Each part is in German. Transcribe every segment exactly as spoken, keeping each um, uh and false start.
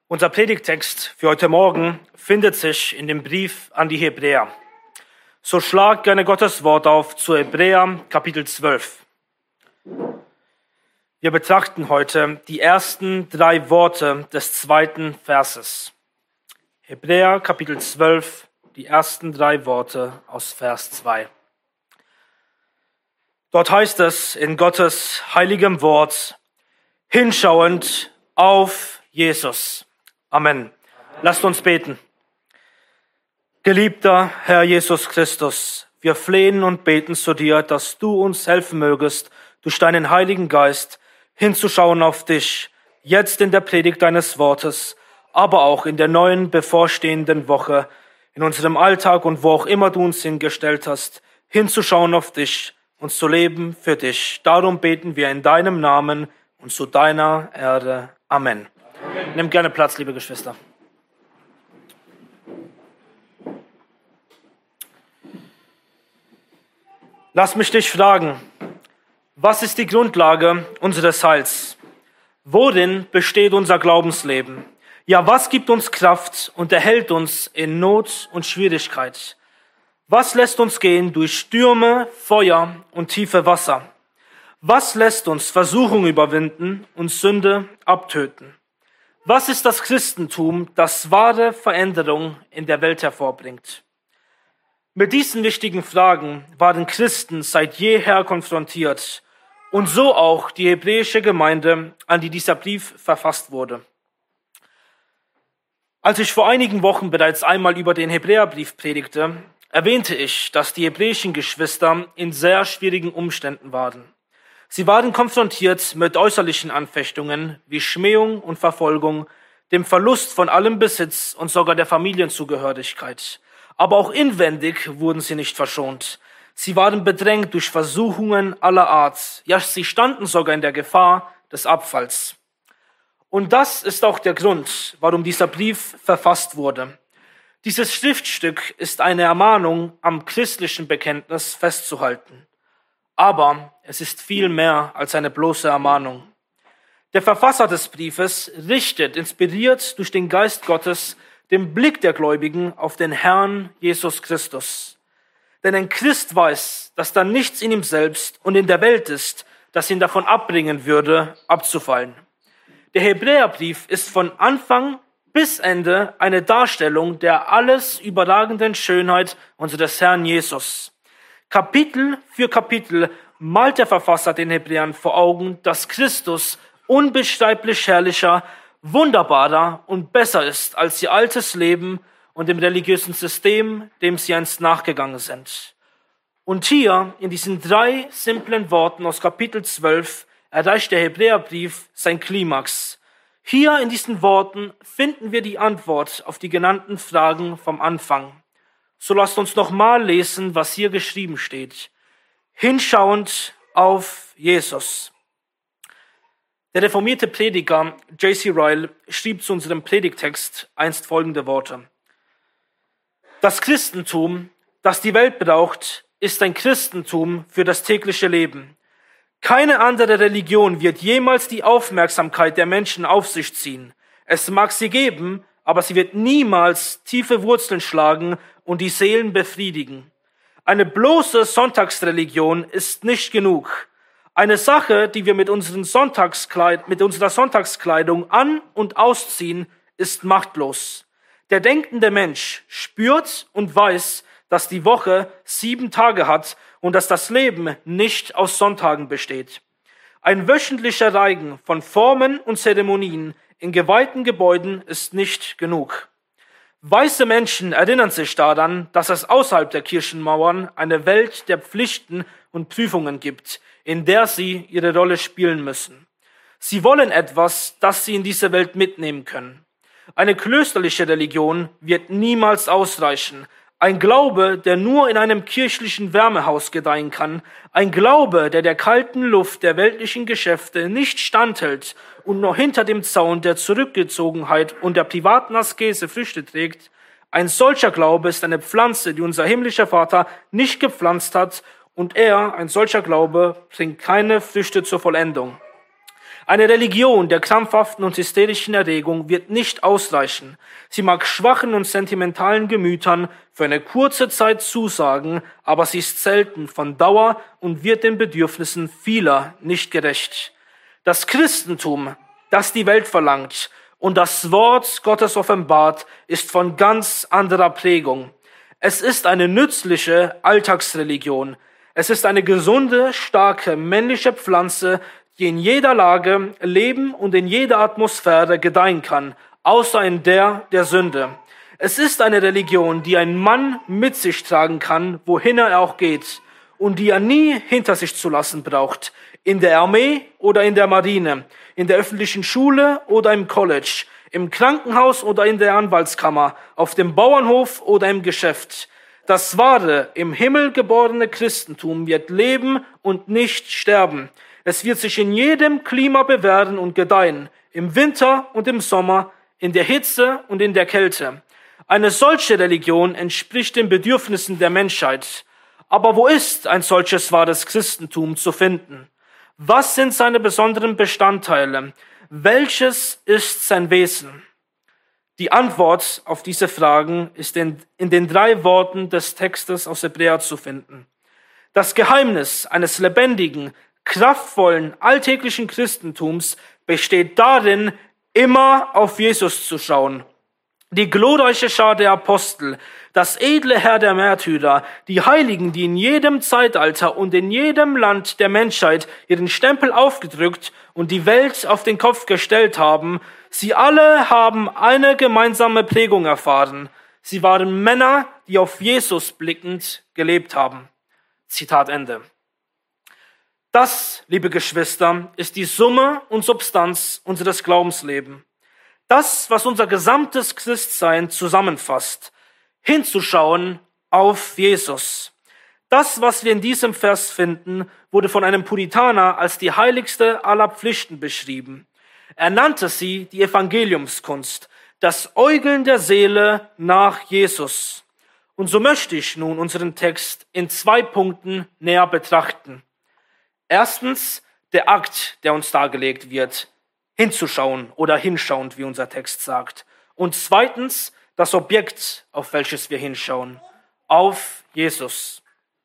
Unser Predigttext für heute Morgen findet sich in dem Brief an die Hebräer. So schlag gerne Gottes Wort auf zu Hebräer Kapitel zwölf. Wir betrachten heute die ersten drei Worte des zweiten Verses. Hebräer Kapitel zwölf, die ersten drei Worte aus Vers zwei. Dort heißt es in Gottes heiligem Wort, hinschauend auf Jesus. Amen. Lasst uns beten. Geliebter Herr Jesus Christus, wir flehen und beten zu dir, dass du uns helfen mögest, durch deinen Heiligen Geist hinzuschauen auf dich, jetzt in der Predigt deines Wortes, aber auch in der neuen bevorstehenden Woche, in unserem Alltag und wo auch immer du uns hingestellt hast, hinzuschauen auf dich und zu leben für dich. Darum beten wir in deinem Namen und zu deiner Ehre. Amen. Amen. Nehmt gerne Platz, liebe Geschwister. Lass mich dich fragen, was ist die Grundlage unseres Heils? Worin besteht unser Glaubensleben? Ja, was gibt uns Kraft und erhält uns in Not und Schwierigkeit? Was lässt uns gehen durch Stürme, Feuer und tiefe Wasser? Was lässt uns Versuchung überwinden und Sünde abtöten? Was ist das Christentum, das wahre Veränderung in der Welt hervorbringt? Mit diesen wichtigen Fragen waren Christen seit jeher konfrontiert und so auch die hebräische Gemeinde, an die dieser Brief verfasst wurde. Als ich vor einigen Wochen bereits einmal über den Hebräerbrief predigte, erwähnte ich, dass die hebräischen Geschwister in sehr schwierigen Umständen waren. Sie waren konfrontiert mit äußerlichen Anfechtungen wie Schmähung und Verfolgung, dem Verlust von allem Besitz und sogar der Familienzugehörigkeit. Aber auch inwendig wurden sie nicht verschont. Sie waren bedrängt durch Versuchungen aller Art. Ja, sie standen sogar in der Gefahr des Abfalls. Und das ist auch der Grund, warum dieser Brief verfasst wurde. Dieses Schriftstück ist eine Ermahnung, am christlichen Bekenntnis festzuhalten. Aber es ist viel mehr als eine bloße Ermahnung. Der Verfasser des Briefes richtet, inspiriert durch den Geist Gottes, den Blick der Gläubigen auf den Herrn Jesus Christus. Denn ein Christ weiß, dass da nichts in ihm selbst und in der Welt ist, das ihn davon abbringen würde, abzufallen. Der Hebräerbrief ist von Anfang bis Ende eine Darstellung der alles überragenden Schönheit unseres Herrn Jesus. Kapitel für Kapitel malt der Verfasser den Hebräern vor Augen, dass Christus unbeschreiblich herrlicher, wunderbarer und besser ist als ihr altes Leben und dem religiösen System, dem sie einst nachgegangen sind. Und hier, in diesen drei simplen Worten aus Kapitel zwölf, erreicht der Hebräerbrief sein Klimax. Hier in diesen Worten finden wir die Antwort auf die genannten Fragen vom Anfang. So lasst uns nochmal lesen, was hier geschrieben steht. Hinschauend auf Jesus. Der reformierte Prediger J C Ryle schrieb zu unserem Predigtext einst folgende Worte. Das Christentum, das die Welt braucht, ist ein Christentum für das tägliche Leben. Keine andere Religion wird jemals die Aufmerksamkeit der Menschen auf sich ziehen. Es mag sie geben, aber sie wird niemals tiefe Wurzeln schlagen und die Seelen befriedigen. Eine bloße Sonntagsreligion ist nicht genug. Eine Sache, die wir mit, unseren Sonntagskleid, mit unserer Sonntagskleidung an- und ausziehen, ist machtlos. Der denkende Mensch spürt und weiß, dass die Woche sieben Tage hat und dass das Leben nicht aus Sonntagen besteht. Ein wöchentlicher Reigen von Formen und Zeremonien in geweihten Gebäuden ist nicht genug. Weise Menschen erinnern sich daran, dass es außerhalb der Kirchenmauern eine Welt der Pflichten und Prüfungen gibt, in der sie ihre Rolle spielen müssen. Sie wollen etwas, das sie in diese Welt mitnehmen können. Eine klösterliche Religion wird niemals ausreichen. Ein Glaube, der nur in einem kirchlichen Wärmehaus gedeihen kann. Ein Glaube, der der kalten Luft der weltlichen Geschäfte nicht standhält und nur hinter dem Zaun der Zurückgezogenheit und der privaten Askese Früchte trägt. Ein solcher Glaube ist eine Pflanze, die unser himmlischer Vater nicht gepflanzt hat, und er, ein solcher Glaube, bringt keine Früchte zur Vollendung. Eine Religion der krampfhaften und hysterischen Erregung wird nicht ausreichen. Sie mag schwachen und sentimentalen Gemütern für eine kurze Zeit zusagen, aber sie ist selten von Dauer und wird den Bedürfnissen vieler nicht gerecht. Das Christentum, das die Welt verlangt und das Wort Gottes offenbart, ist von ganz anderer Prägung. Es ist eine nützliche Alltagsreligion. Es ist eine gesunde, starke, männliche Pflanze, die in jeder Lage leben und in jeder Atmosphäre gedeihen kann, außer in der der Sünde. Es ist eine Religion, die ein Mann mit sich tragen kann, wohin er auch geht, und die er nie hinter sich zu lassen braucht, in der Armee oder in der Marine, in der öffentlichen Schule oder im College, im Krankenhaus oder in der Anwaltskammer, auf dem Bauernhof oder im Geschäft. Das wahre, im Himmel geborene Christentum wird leben und nicht sterben. Es wird sich in jedem Klima bewähren und gedeihen, im Winter und im Sommer, in der Hitze und in der Kälte. Eine solche Religion entspricht den Bedürfnissen der Menschheit. Aber wo ist ein solches wahres Christentum zu finden? Was sind seine besonderen Bestandteile? Welches ist sein Wesen? Die Antwort auf diese Fragen ist in, in den drei Worten des Textes aus Hebräer zu finden. Das Geheimnis eines lebendigen, kraftvollen, alltäglichen Christentums besteht darin, immer auf Jesus zu schauen. Die glorreiche Schar der Apostel, das edle Heer der Märtyrer, die Heiligen, die in jedem Zeitalter und in jedem Land der Menschheit ihren Stempel aufgedrückt und die Welt auf den Kopf gestellt haben, sie alle haben eine gemeinsame Prägung erfahren. Sie waren Männer, die auf Jesus blickend gelebt haben. Zitat Ende. Das, liebe Geschwister, ist die Summe und Substanz unseres Glaubenslebens. Das, was unser gesamtes Christsein zusammenfasst. Hinzuschauen auf Jesus. Das, was wir in diesem Vers finden, wurde von einem Puritaner als die heiligste aller Pflichten beschrieben. Er nannte sie die Evangeliumskunst, das Äugeln der Seele nach Jesus. Und so möchte ich nun unseren Text in zwei Punkten näher betrachten. Erstens, der Akt, der uns dargelegt wird, hinzuschauen oder hinschauend, wie unser Text sagt. Und zweitens, das Objekt, auf welches wir hinschauen, auf Jesus.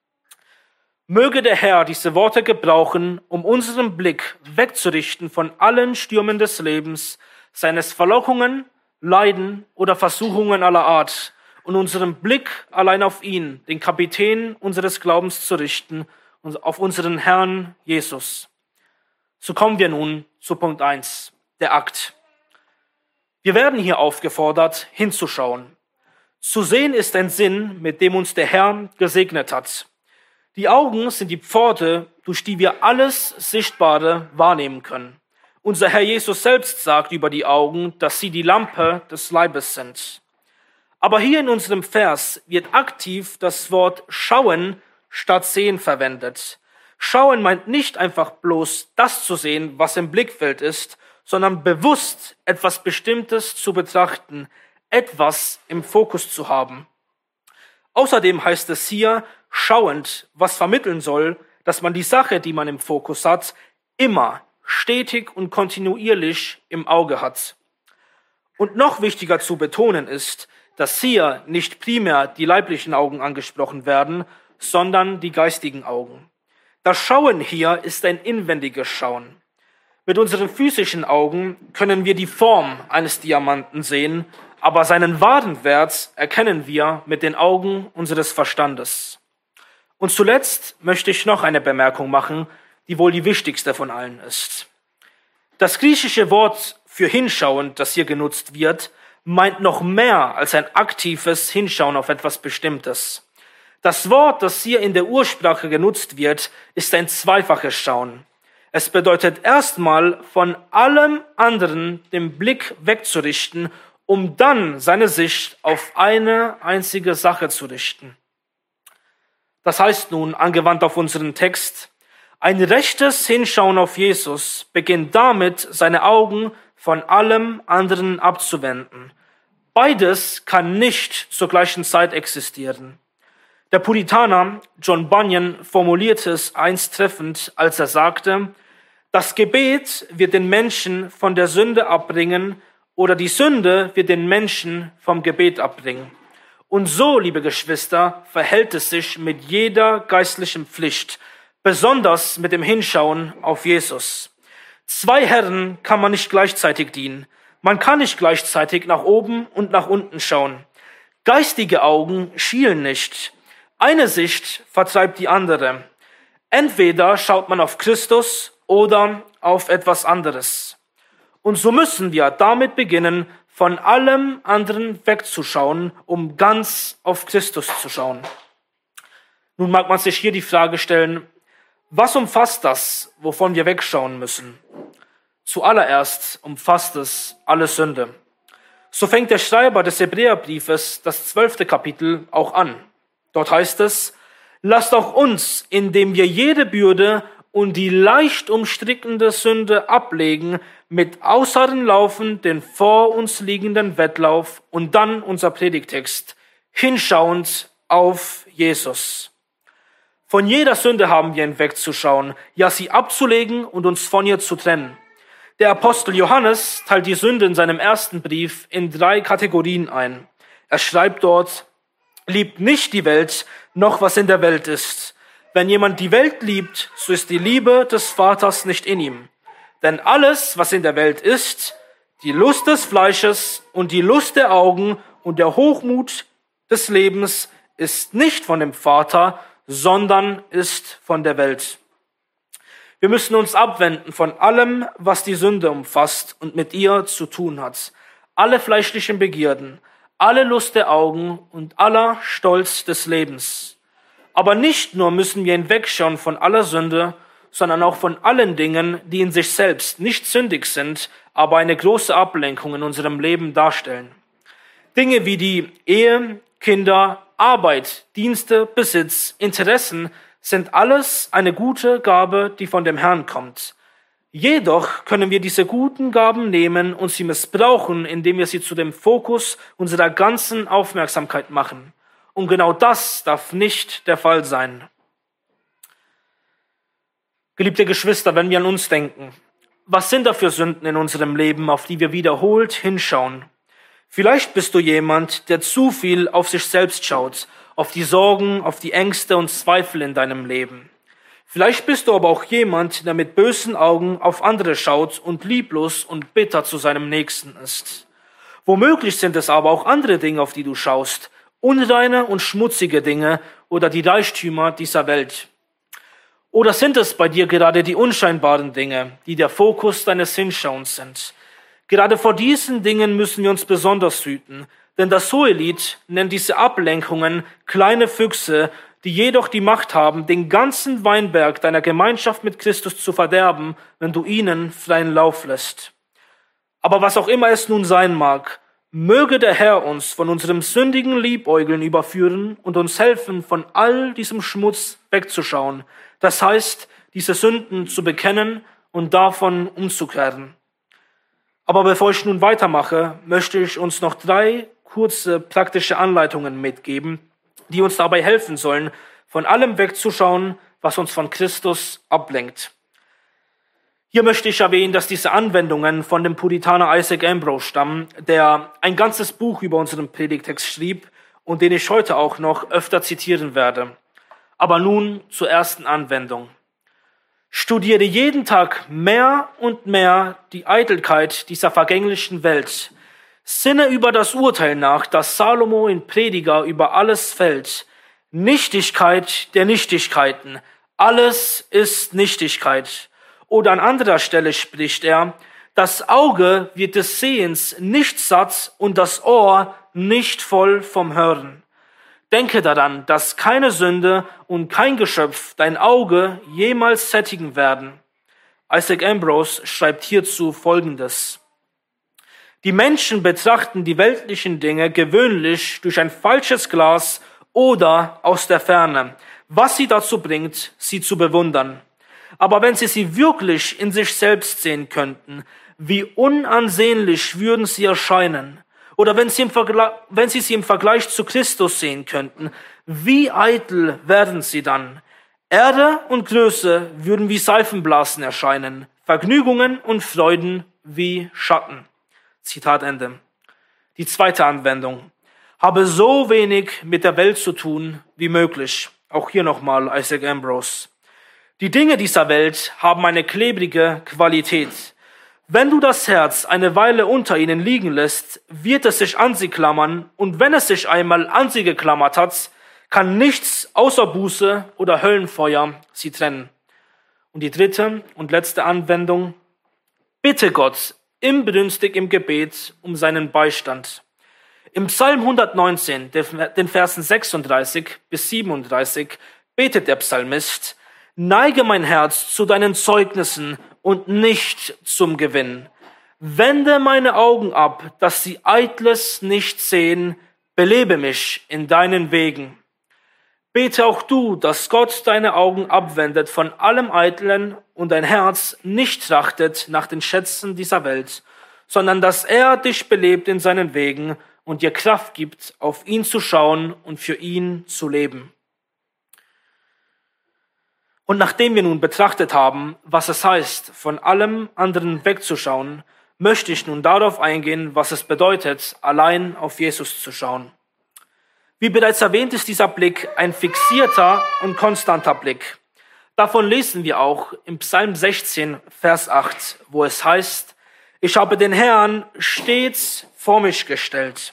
Möge der Herr diese Worte gebrauchen, um unseren Blick wegzurichten von allen Stürmen des Lebens, seines Verlockungen, Leiden oder Versuchungen aller Art, und unseren Blick allein auf ihn, den Kapitän unseres Glaubens, zu richten, und auf unseren Herrn Jesus. So kommen wir nun zu Punkt eins, der Akt. Wir werden hier aufgefordert, hinzuschauen. Zu sehen ist ein Sinn, mit dem uns der Herr gesegnet hat. Die Augen sind die Pforte, durch die wir alles Sichtbare wahrnehmen können. Unser Herr Jesus selbst sagt über die Augen, dass sie die Lampe des Leibes sind. Aber hier in unserem Vers wird aktiv das Wort schauen statt sehen verwendet. Schauen meint nicht einfach bloß das zu sehen, was im Blickfeld ist, sondern bewusst etwas Bestimmtes zu betrachten, etwas im Fokus zu haben. Außerdem heißt es hier schauend, was vermitteln soll, dass man die Sache, die man im Fokus hat, immer stetig und kontinuierlich im Auge hat. Und noch wichtiger zu betonen ist, dass hier nicht primär die leiblichen Augen angesprochen werden, sondern die geistigen Augen. Das Schauen hier ist ein inwendiges Schauen. Mit unseren physischen Augen können wir die Form eines Diamanten sehen, aber seinen wahren Wert erkennen wir mit den Augen unseres Verstandes. Und zuletzt möchte ich noch eine Bemerkung machen, die wohl die wichtigste von allen ist. Das griechische Wort für hinschauen, das hier genutzt wird, meint noch mehr als ein aktives Hinschauen auf etwas Bestimmtes. Das Wort, das hier in der Ursprache genutzt wird, ist ein zweifaches Schauen. Es bedeutet erstmal von allem anderen den Blick wegzurichten, um dann seine Sicht auf eine einzige Sache zu richten. Das heißt nun, angewandt auf unseren Text, ein rechtes Hinschauen auf Jesus beginnt damit, seine Augen von allem anderen abzuwenden. Beides kann nicht zur gleichen Zeit existieren. Der Puritaner John Bunyan formulierte es einst treffend, als er sagte, Das Gebet wird den Menschen von der Sünde abbringen oder die Sünde wird den Menschen vom Gebet abbringen. Und so, liebe Geschwister, verhält es sich mit jeder geistlichen Pflicht, besonders mit dem Hinschauen auf Jesus. Zwei Herren kann man nicht gleichzeitig dienen. Man kann nicht gleichzeitig nach oben und nach unten schauen. Geistige Augen schielen nicht. Eine Sicht vertreibt die andere. Entweder schaut man auf Christus oder auf etwas anderes. Und so müssen wir damit beginnen, von allem anderen wegzuschauen, um ganz auf Christus zu schauen. Nun mag man sich hier die Frage stellen, was umfasst das, wovon wir wegschauen müssen? Zuallererst umfasst es alle Sünde. So fängt der Schreiber des Hebräerbriefes das zwölfte Kapitel auch an. Dort heißt es, lasst auch uns, indem wir jede Bürde und die leicht umstrickende Sünde ablegen, mit Ausharren laufen den vor uns liegenden Wettlauf und dann unser Predigtext, hinschauend auf Jesus. Von jeder Sünde haben wir hinwegzuschauen, ja sie abzulegen und uns von ihr zu trennen. Der Apostel Johannes teilt die Sünde in seinem ersten Brief in drei Kategorien ein. Er schreibt dort, liebt nicht die Welt, noch was in der Welt ist. Wenn jemand die Welt liebt, so ist die Liebe des Vaters nicht in ihm. Denn alles, was in der Welt ist, die Lust des Fleisches und die Lust der Augen und der Hochmut des Lebens, ist nicht von dem Vater, sondern ist von der Welt. Wir müssen uns abwenden von allem, was die Sünde umfasst und mit ihr zu tun hat. Alle fleischlichen Begierden, alle Lust der Augen und aller Stolz des Lebens. Aber nicht nur müssen wir hinwegschauen von aller Sünde, sondern auch von allen Dingen, die in sich selbst nicht sündig sind, aber eine große Ablenkung in unserem Leben darstellen. Dinge wie die Ehe, Kinder, Arbeit, Dienste, Besitz, Interessen sind alles eine gute Gabe, die von dem Herrn kommt. Jedoch können wir diese guten Gaben nehmen und sie missbrauchen, indem wir sie zu dem Fokus unserer ganzen Aufmerksamkeit machen. Und genau das darf nicht der Fall sein. Geliebte Geschwister, wenn wir an uns denken, was sind da für Sünden in unserem Leben, auf die wir wiederholt hinschauen? Vielleicht bist du jemand, der zu viel auf sich selbst schaut, auf die Sorgen, auf die Ängste und Zweifel in deinem Leben. Vielleicht bist du aber auch jemand, der mit bösen Augen auf andere schaut und lieblos und bitter zu seinem Nächsten ist. Womöglich sind es aber auch andere Dinge, auf die du schaust, unreine und schmutzige Dinge oder die Reichtümer dieser Welt. Oder sind es bei dir gerade die unscheinbaren Dinge, die der Fokus deines Hinschauens sind? Gerade vor diesen Dingen müssen wir uns besonders hüten, denn das Hohelied nennt diese Ablenkungen kleine Füchse, die jedoch die Macht haben, den ganzen Weinberg deiner Gemeinschaft mit Christus zu verderben, wenn du ihnen freien Lauf lässt. Aber was auch immer es nun sein mag, möge der Herr uns von unserem sündigen Liebäugeln überführen und uns helfen, von all diesem Schmutz wegzuschauen. Das heißt, diese Sünden zu bekennen und davon umzukehren. Aber bevor ich nun weitermache, möchte ich uns noch drei kurze praktische Anleitungen mitgeben, die uns dabei helfen sollen, von allem wegzuschauen, was uns von Christus ablenkt. Hier möchte ich erwähnen, dass diese Anwendungen von dem Puritaner Isaac Ambrose stammen, der ein ganzes Buch über unseren Predigtext schrieb und den ich heute auch noch öfter zitieren werde. Aber nun zur ersten Anwendung. Studiere jeden Tag mehr und mehr die Eitelkeit dieser vergänglichen Welt. Sinne über das Urteil nach, das Salomo in Prediger über alles fällt. Nichtigkeit der Nichtigkeiten. Alles ist Nichtigkeit. Oder an anderer Stelle spricht er, das Auge wird des Sehens nicht satt und das Ohr nicht voll vom Hören. Denke daran, dass keine Sünde und kein Geschöpf dein Auge jemals sättigen werden. Isaac Ambrose schreibt hierzu Folgendes. Die Menschen betrachten die weltlichen Dinge gewöhnlich durch ein falsches Glas oder aus der Ferne, was sie dazu bringt, sie zu bewundern. Aber wenn sie sie wirklich in sich selbst sehen könnten, wie unansehnlich würden sie erscheinen. Oder wenn sie, im Vergleich, wenn sie sie im Vergleich zu Christus sehen könnten, wie eitel wären sie dann? Erde und Größe würden wie Seifenblasen erscheinen, Vergnügungen und Freuden wie Schatten. Zitat Ende. Die zweite Anwendung. Habe so wenig mit der Welt zu tun wie möglich. Auch hier nochmal Isaac Ambrose. Die Dinge dieser Welt haben eine klebrige Qualität. Wenn du das Herz eine Weile unter ihnen liegen lässt, wird es sich an sie klammern, und wenn es sich einmal an sie geklammert hat, kann nichts außer Buße oder Höllenfeuer sie trennen. Und die dritte und letzte Anwendung. Bitte Gott inbrünstig im Gebet um seinen Beistand. Im Psalm hundertneunzehn, den Versen sechsunddreißig bis siebenunddreißig, betet der Psalmist: Neige mein Herz zu deinen Zeugnissen und nicht zum Gewinn. Wende meine Augen ab, dass sie Eitles nicht sehen. Belebe mich in deinen Wegen. Bete auch du, dass Gott deine Augen abwendet von allem Eitlen und dein Herz nicht trachtet nach den Schätzen dieser Welt, sondern dass er dich belebt in seinen Wegen und dir Kraft gibt, auf ihn zu schauen und für ihn zu leben. Und nachdem wir nun betrachtet haben, was es heißt, von allem anderen wegzuschauen, möchte ich nun darauf eingehen, was es bedeutet, allein auf Jesus zu schauen. Wie bereits erwähnt, ist dieser Blick ein fixierter und konstanter Blick. Davon lesen wir auch im Psalm sechzehn, Vers acht, wo es heißt: Ich habe den Herrn stets vor mich gestellt.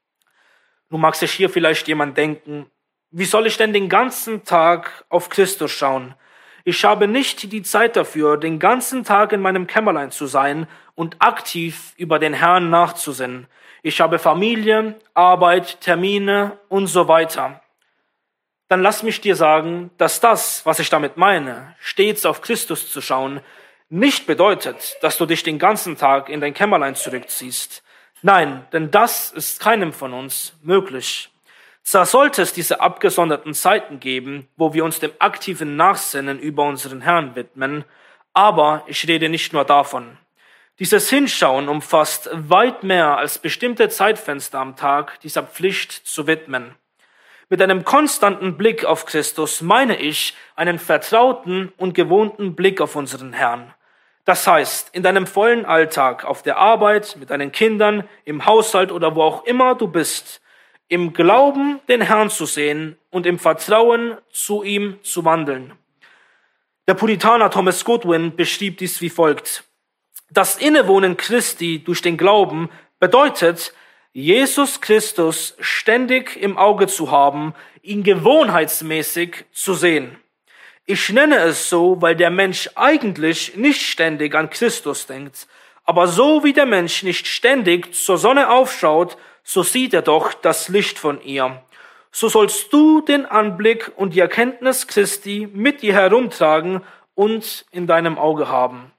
Nun mag sich hier vielleicht jemand denken: Wie soll ich denn den ganzen Tag auf Christus schauen? Ich habe nicht die Zeit dafür, den ganzen Tag in meinem Kämmerlein zu sein und aktiv über den Herrn nachzusinnen. Ich habe Familie, Arbeit, Termine und so weiter. Dann lass mich dir sagen, dass das, was ich damit meine, stets auf Christus zu schauen, nicht bedeutet, dass du dich den ganzen Tag in dein Kämmerlein zurückziehst. Nein, denn das ist keinem von uns möglich. Zwar sollte es diese abgesonderten Zeiten geben, wo wir uns dem aktiven Nachsinnen über unseren Herrn widmen, aber ich rede nicht nur davon. Dieses Hinschauen umfasst weit mehr als bestimmte Zeitfenster am Tag dieser Pflicht zu widmen. Mit einem konstanten Blick auf Christus meine ich einen vertrauten und gewohnten Blick auf unseren Herrn. Das heißt, in deinem vollen Alltag, auf der Arbeit, mit deinen Kindern, im Haushalt oder wo auch immer du bist, im Glauben den Herrn zu sehen und im Vertrauen zu ihm zu wandeln. Der Puritaner Thomas Goodwin beschrieb dies wie folgt: Das Innewohnen Christi durch den Glauben bedeutet, Jesus Christus ständig im Auge zu haben, ihn gewohnheitsmäßig zu sehen. Ich nenne es so, weil der Mensch eigentlich nicht ständig an Christus denkt. Aber so wie der Mensch nicht ständig zur Sonne aufschaut, so sieht er doch das Licht von ihr. So sollst du den Anblick und die Erkenntnis Christi mit dir herumtragen und in deinem Auge haben.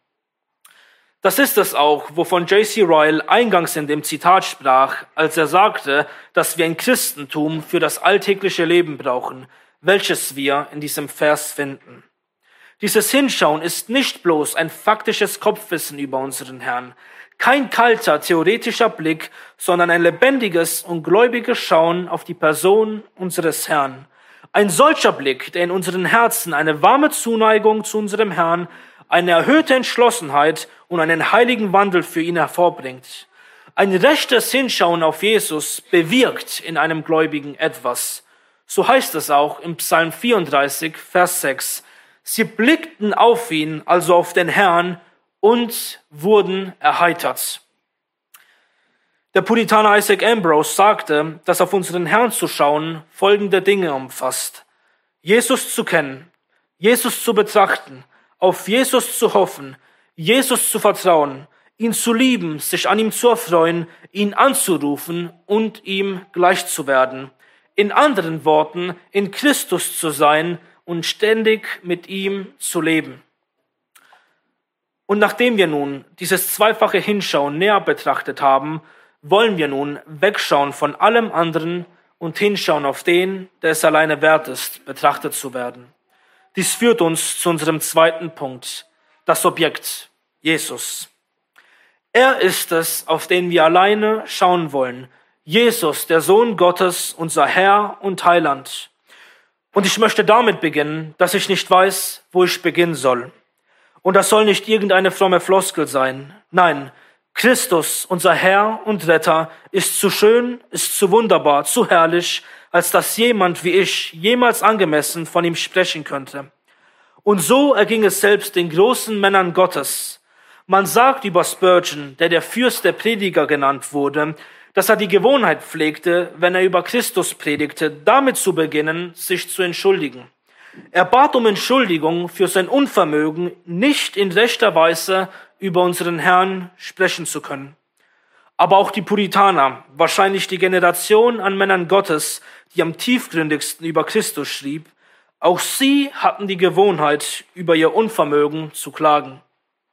Das ist es auch, wovon J C Ryle eingangs in dem Zitat sprach, als er sagte, dass wir ein Christentum für das alltägliche Leben brauchen, welches wir in diesem Vers finden. Dieses Hinschauen ist nicht bloß ein faktisches Kopfwissen über unseren Herrn, kein kalter, theoretischer Blick, sondern ein lebendiges und gläubiges Schauen auf die Person unseres Herrn. Ein solcher Blick, der in unseren Herzen eine warme Zuneigung zu unserem Herrn, eine erhöhte Entschlossenheit und einen heiligen Wandel für ihn hervorbringt. Ein rechtes Hinschauen auf Jesus bewirkt in einem Gläubigen etwas. So heißt es auch im Psalm vierunddreißig, Vers sechs. Sie blickten auf ihn, also auf den Herrn, und wurden erheitert. Der Puritaner Isaac Ambrose sagte, dass auf unseren Herrn zu schauen folgende Dinge umfasst: Jesus zu kennen, Jesus zu betrachten, auf Jesus zu hoffen, Jesus zu vertrauen, ihn zu lieben, sich an ihm zu erfreuen, ihn anzurufen und ihm gleich zu werden. In anderen Worten, in Christus zu sein und ständig mit ihm zu leben. Und nachdem wir nun dieses zweifache Hinschauen näher betrachtet haben, wollen wir nun wegschauen von allem anderen und hinschauen auf den, der es alleine wert ist, betrachtet zu werden. Dies führt uns zu unserem zweiten Punkt, das Objekt, Jesus. Er ist es, auf den wir alleine schauen wollen. Jesus, der Sohn Gottes, unser Herr und Heiland. Und ich möchte damit beginnen, dass ich nicht weiß, wo ich beginnen soll. Und das soll nicht irgendeine fromme Floskel sein. Nein, Christus, unser Herr und Retter, ist zu schön, ist zu wunderbar, zu herrlich, als dass jemand wie ich jemals angemessen von ihm sprechen könnte. Und so erging es selbst den großen Männern Gottes. Man sagt über Spurgeon, der der Fürst der Prediger genannt wurde, dass er die Gewohnheit pflegte, wenn er über Christus predigte, damit zu beginnen, sich zu entschuldigen. Er bat um Entschuldigung für sein Unvermögen, nicht in rechter Weise über unseren Herrn sprechen zu können. Aber auch die Puritaner, wahrscheinlich die Generation an Männern Gottes, die am tiefgründigsten über Christus schrieb, auch sie hatten die Gewohnheit, über ihr Unvermögen zu klagen.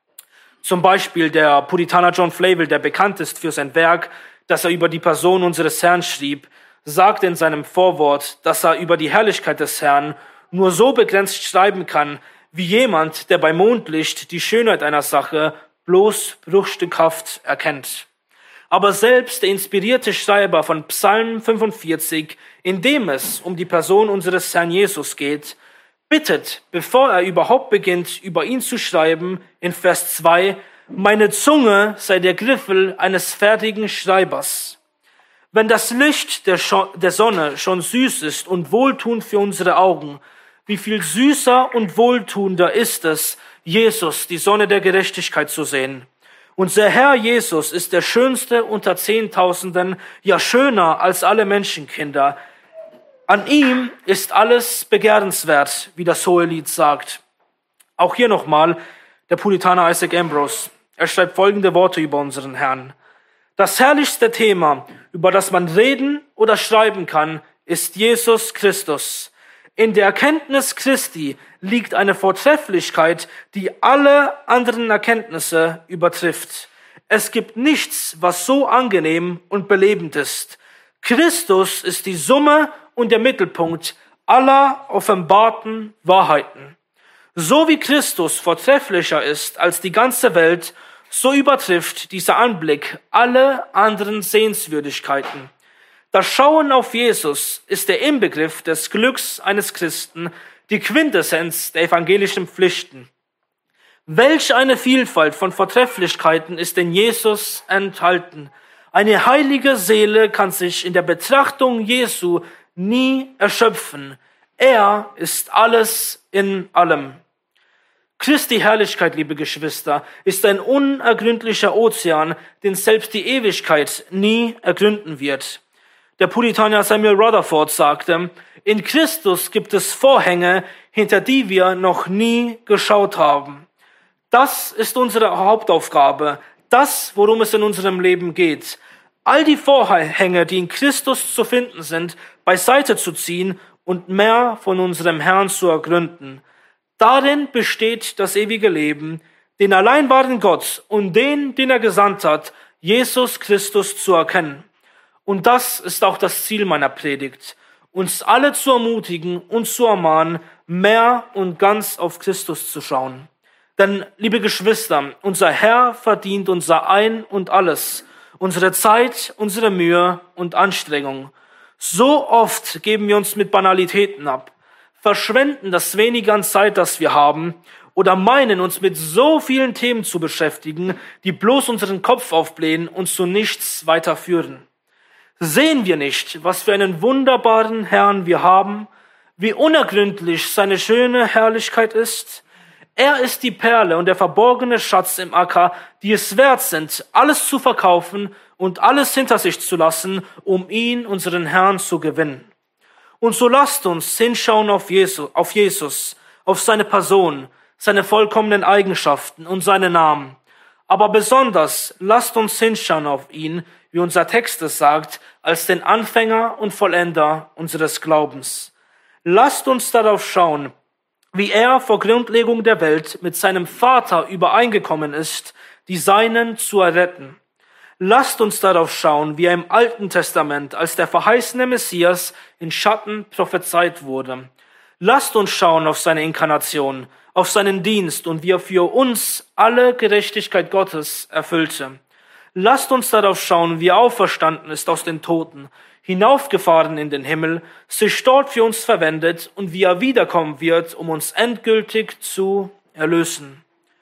Zum Beispiel der Puritaner John Flavel, der bekannt ist für sein Werk, das er über die Person unseres Herrn schrieb, sagt in seinem Vorwort, dass er über die Herrlichkeit des Herrn nur so begrenzt schreiben kann, wie jemand, der bei Mondlicht die Schönheit einer Sache bloß bruchstückhaft erkennt. Aber selbst der inspirierte Schreiber von Psalm fünfundvierzig, in dem es um die Person unseres Herrn Jesus geht, bittet, bevor er überhaupt beginnt, über ihn zu schreiben, in Vers zwei, meine Zunge sei der Griffel eines fertigen Schreibers. Wenn das Licht der, Scho- der Sonne schon süß ist und wohltuend für unsere Augen, wie viel süßer und wohltuender ist es, Jesus, die Sonne der Gerechtigkeit, zu sehen. Unser Herr Jesus ist der Schönste unter Zehntausenden, ja schöner als alle Menschenkinder. An ihm ist alles begehrenswert, wie das Hohelied sagt. Auch hier nochmal der Puritaner Isaac Ambrose. Er schreibt folgende Worte über unseren Herrn. Das herrlichste Thema, über das man reden oder schreiben kann, ist Jesus Christus. In der Erkenntnis Christi liegt eine Vortrefflichkeit, die alle anderen Erkenntnisse übertrifft. Es gibt nichts, was so angenehm und belebend ist. Christus ist die Summe und der Mittelpunkt aller offenbarten Wahrheiten. So wie Christus vortrefflicher ist als die ganze Welt, so übertrifft dieser Anblick alle anderen Sehenswürdigkeiten. Das Schauen auf Jesus ist der Inbegriff des Glücks eines Christen, die Quintessenz der evangelischen Pflichten. Welch eine Vielfalt von Vortrefflichkeiten ist in Jesus enthalten. Eine heilige Seele kann sich in der Betrachtung Jesu nie erschöpfen. Er ist alles in allem. Christi Herrlichkeit, liebe Geschwister, ist ein unergründlicher Ozean, den selbst die Ewigkeit nie ergründen wird. Der Puritaner Samuel Rutherford sagte, in Christus gibt es Vorhänge, hinter die wir noch nie geschaut haben. Das ist unsere Hauptaufgabe, das, worum es in unserem Leben geht. All die Vorhänge, die in Christus zu finden sind, beiseite zu ziehen und mehr von unserem Herrn zu ergründen. Darin besteht das ewige Leben, den allein wahren Gott und den, den er gesandt hat, Jesus Christus zu erkennen. Und das ist auch das Ziel meiner Predigt, uns alle zu ermutigen und zu ermahnen, mehr und ganz auf Christus zu schauen. Denn, liebe Geschwister, unser Herr verdient unser Ein und Alles, unsere Zeit, unsere Mühe und Anstrengung. So oft geben wir uns mit Banalitäten ab, verschwenden das wenige an Zeit, das wir haben, oder meinen, uns mit so vielen Themen zu beschäftigen, die bloß unseren Kopf aufblähen und zu nichts weiterführen. Sehen wir nicht, was für einen wunderbaren Herrn wir haben, wie unergründlich seine schöne Herrlichkeit ist? Er ist die Perle und der verborgene Schatz im Acker, die es wert sind, alles zu verkaufen und alles hinter sich zu lassen, um ihn, unseren Herrn, zu gewinnen. Und so lasst uns hinschauen auf Jesus, auf Jesus, auf seine Person, seine vollkommenen Eigenschaften und seinen Namen. Aber besonders lasst uns hinschauen auf ihn, wie unser Text es sagt, als den Anfänger und Vollender unseres Glaubens. Lasst uns darauf schauen, wie er vor Grundlegung der Welt mit seinem Vater übereingekommen ist, die Seinen zu erretten. Lasst uns darauf schauen, wie er im Alten Testament als der verheißene Messias in Schatten prophezeit wurde. Lasst uns schauen auf seine Inkarnation, auf seinen Dienst und wie er für uns alle Gerechtigkeit Gottes erfüllte. Lasst uns darauf schauen, wie er auferstanden ist aus den Toten, hinaufgefahren in den Himmel, sich dort für uns verwendet und wie er wiederkommen wird, um uns endgültig zu erlösen.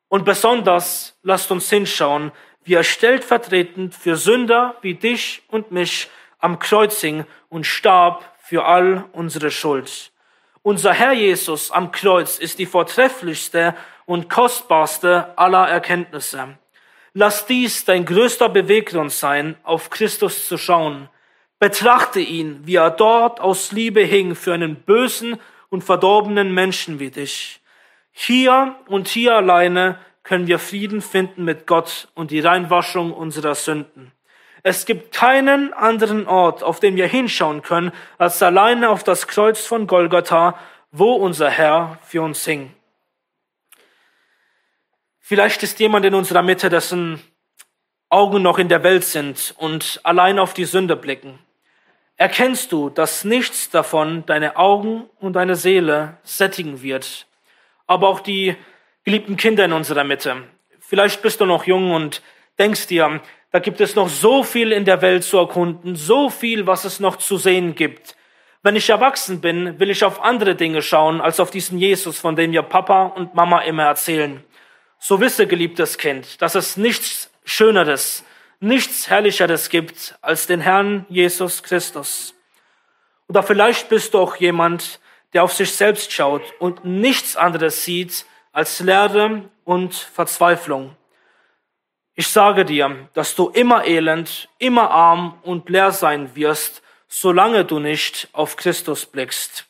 Und besonders lasst uns hinschauen, wie er stellvertretend für Sünder wie dich und mich am Kreuz hing und starb für all unsere Schuld. Unser Herr Jesus am Kreuz ist die vortrefflichste und kostbarste aller Erkenntnisse. Lass dies dein größter Beweggrund sein, auf Christus zu schauen. Betrachte ihn, wie er dort aus Liebe hing für einen bösen und verdorbenen Menschen wie dich. Hier und hier alleine können wir Frieden finden mit Gott und die Reinwaschung unserer Sünden. Es gibt keinen anderen Ort, auf den wir hinschauen können, als alleine auf das Kreuz von Golgatha, wo unser Herr für uns hing. Vielleicht ist jemand in unserer Mitte, dessen Augen noch in der Welt sind und allein auf die Sünde blicken. Erkennst du, dass nichts davon deine Augen und deine Seele sättigen wird? Aber auch die geliebten Kinder in unserer Mitte. Vielleicht bist du noch jung und denkst dir, da gibt es noch so viel in der Welt zu erkunden, so viel, was es noch zu sehen gibt. Wenn ich erwachsen bin, will ich auf andere Dinge schauen, als auf diesen Jesus, von dem mir Papa und Mama immer erzählen. So wisse, geliebtes Kind, dass es nichts Schöneres, nichts Herrlicheres gibt als den Herrn Jesus Christus. Oder vielleicht bist du auch jemand, der auf sich selbst schaut und nichts anderes sieht als Leere und Verzweiflung. Ich sage dir, dass du immer elend, immer arm und leer sein wirst, solange du nicht auf Christus blickst.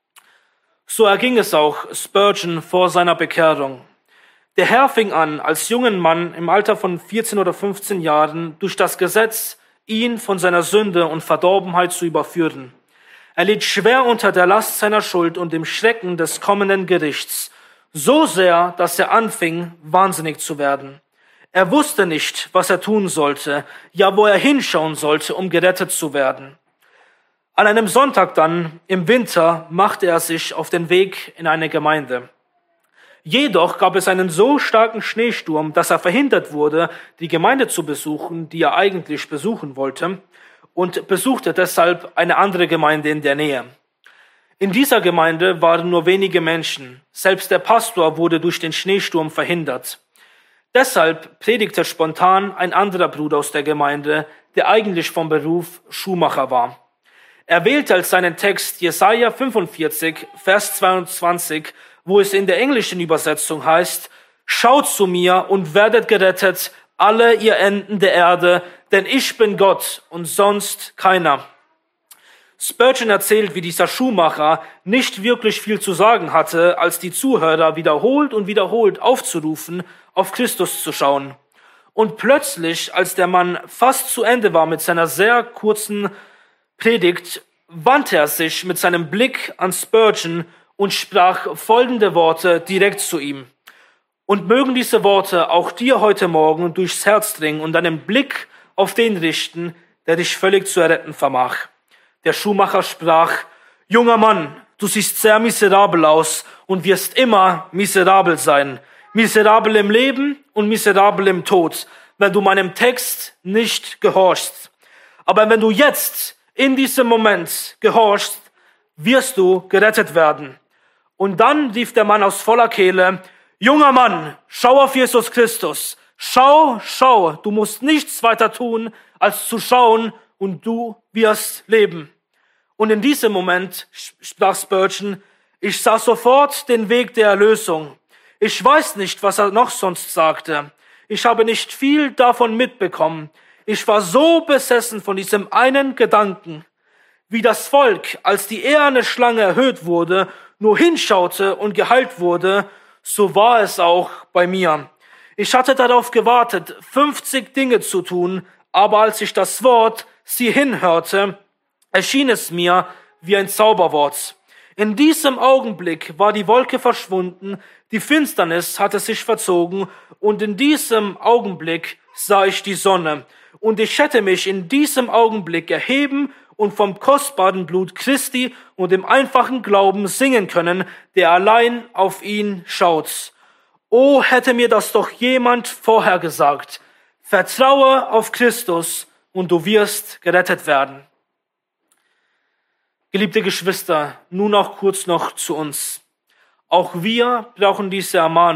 So erging es auch Spurgeon vor seiner Bekehrung. Der Herr fing an, als jungen Mann im Alter von vierzehn oder fünfzehn Jahren durch das Gesetz, ihn von seiner Sünde und Verdorbenheit zu überführen. Er litt schwer unter der Last seiner Schuld und dem Schrecken des kommenden Gerichts, so sehr, dass er anfing, wahnsinnig zu werden. Er wusste nicht, was er tun sollte, ja, wo er hinschauen sollte, um gerettet zu werden. An einem Sonntag dann, im Winter, machte er sich auf den Weg in eine Gemeinde. Jedoch gab es einen so starken Schneesturm, dass er verhindert wurde, die Gemeinde zu besuchen, die er eigentlich besuchen wollte, und besuchte deshalb eine andere Gemeinde in der Nähe. In dieser Gemeinde waren nur wenige Menschen. Selbst der Pastor wurde durch den Schneesturm verhindert. Deshalb predigte spontan ein anderer Bruder aus der Gemeinde, der eigentlich vom Beruf Schuhmacher war. Er wählte als seinen Text Jesaja fünfundvierzig, Vers zweiundzwanzig, wo es in der englischen Übersetzung heißt: Schaut zu mir und werdet gerettet, alle ihr Enden der Erde, denn ich bin Gott und sonst keiner. Spurgeon erzählt, wie dieser Schuhmacher nicht wirklich viel zu sagen hatte, als die Zuhörer wiederholt und wiederholt aufzurufen, auf Christus zu schauen. Und plötzlich, als der Mann fast zu Ende war mit seiner sehr kurzen Predigt, wandte er sich mit seinem Blick an Spurgeon und sprach folgende Worte direkt zu ihm. Und mögen diese Worte auch dir heute Morgen durchs Herz dringen und deinen Blick auf den richten, der dich völlig zu erretten vermag. Der Schuhmacher sprach: Junger Mann, du siehst sehr miserabel aus und wirst immer miserabel sein. Miserabel im Leben und miserabel im Tod, wenn du meinem Text nicht gehorchst. Aber wenn du jetzt in diesem Moment gehorchst, wirst du gerettet werden. Und dann rief der Mann aus voller Kehle: Junger Mann, schau auf Jesus Christus. Schau, schau, du musst nichts weiter tun, als zu schauen, und du wirst leben. Und in diesem Moment sprach Spurgeon: Ich sah sofort den Weg der Erlösung. Ich weiß nicht, was er noch sonst sagte. Ich habe nicht viel davon mitbekommen. Ich war so besessen von diesem einen Gedanken, wie das Volk, als die eherne Schlange erhöht wurde, nur hinschaute und geheilt wurde, so war es auch bei mir. Ich hatte darauf gewartet, fünfzig Dinge zu tun, aber als ich das Wort sie hinhörte, erschien es mir wie ein Zauberwort. In diesem Augenblick war die Wolke verschwunden, die Finsternis hatte sich verzogen, und in diesem Augenblick sah ich die Sonne. Und ich hätte mich in diesem Augenblick erheben und vom kostbaren Blut Christi und dem einfachen Glauben singen können, der allein auf ihn schaut. Oh, hätte mir das doch jemand vorher gesagt. Vertraue auf Christus und du wirst gerettet werden. Geliebte Geschwister, nun auch kurz noch zu uns. Auch wir brauchen diese Ermahnung.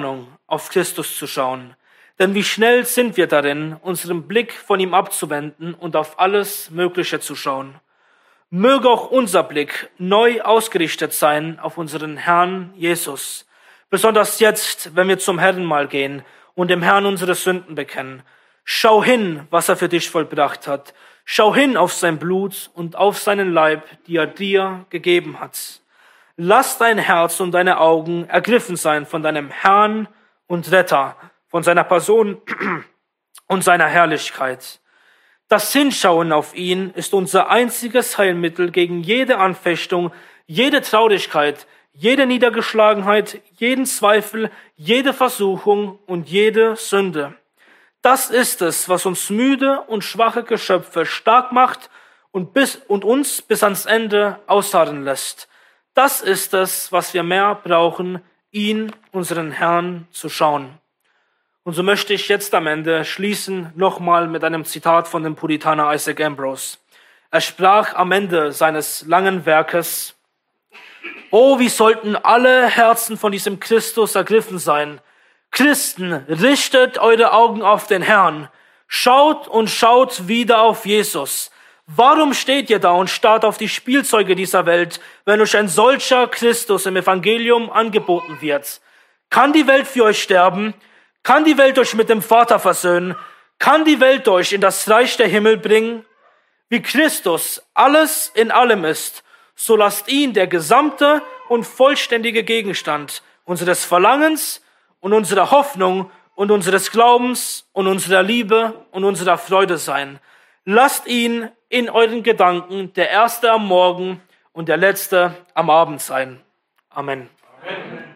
auf Christus zu schauen. Denn wie schnell sind wir darin, unseren Blick von ihm abzuwenden und auf alles Mögliche zu schauen. Möge auch unser Blick neu ausgerichtet sein auf unseren Herrn Jesus. Besonders jetzt, wenn wir zum Herrenmahl gehen und dem Herrn unsere Sünden bekennen. Schau hin, was er für dich vollbracht hat. Schau hin auf sein Blut und auf seinen Leib, die er dir gegeben hat. Lass dein Herz und deine Augen ergriffen sein von deinem Herrn und Retter, von seiner Person und seiner Herrlichkeit. Das Hinschauen auf ihn ist unser einziges Heilmittel gegen jede Anfechtung, jede Traurigkeit, jede Niedergeschlagenheit, jeden Zweifel, jede Versuchung und jede Sünde. Das ist es, was uns müde und schwache Geschöpfe stark macht und, bis, und uns bis ans Ende ausharren lässt. Das ist es, was wir mehr brauchen, ihn, unseren Herrn, zu schauen. Und so möchte ich jetzt am Ende schließen, nochmal mit einem Zitat von dem Puritaner Isaac Ambrose. Er sprach am Ende seines langen Werkes: Oh, wie sollten alle Herzen von diesem Christus ergriffen sein. Christen, richtet eure Augen auf den Herrn. Schaut und schaut wieder auf Jesus. Warum steht ihr da und starrt auf die Spielzeuge dieser Welt, wenn euch ein solcher Christus im Evangelium angeboten wird? Kann die Welt für euch sterben? Kann die Welt euch mit dem Vater versöhnen? Kann die Welt euch in das Reich der Himmel bringen? Wie Christus alles in allem ist, so lasst ihn der gesamte und vollständige Gegenstand unseres Verlangens und unserer Hoffnung und unseres Glaubens und unserer Liebe und unserer Freude sein. Lasst ihn in euren Gedanken der Erste am Morgen und der Letzte am Abend sein. Amen. Amen.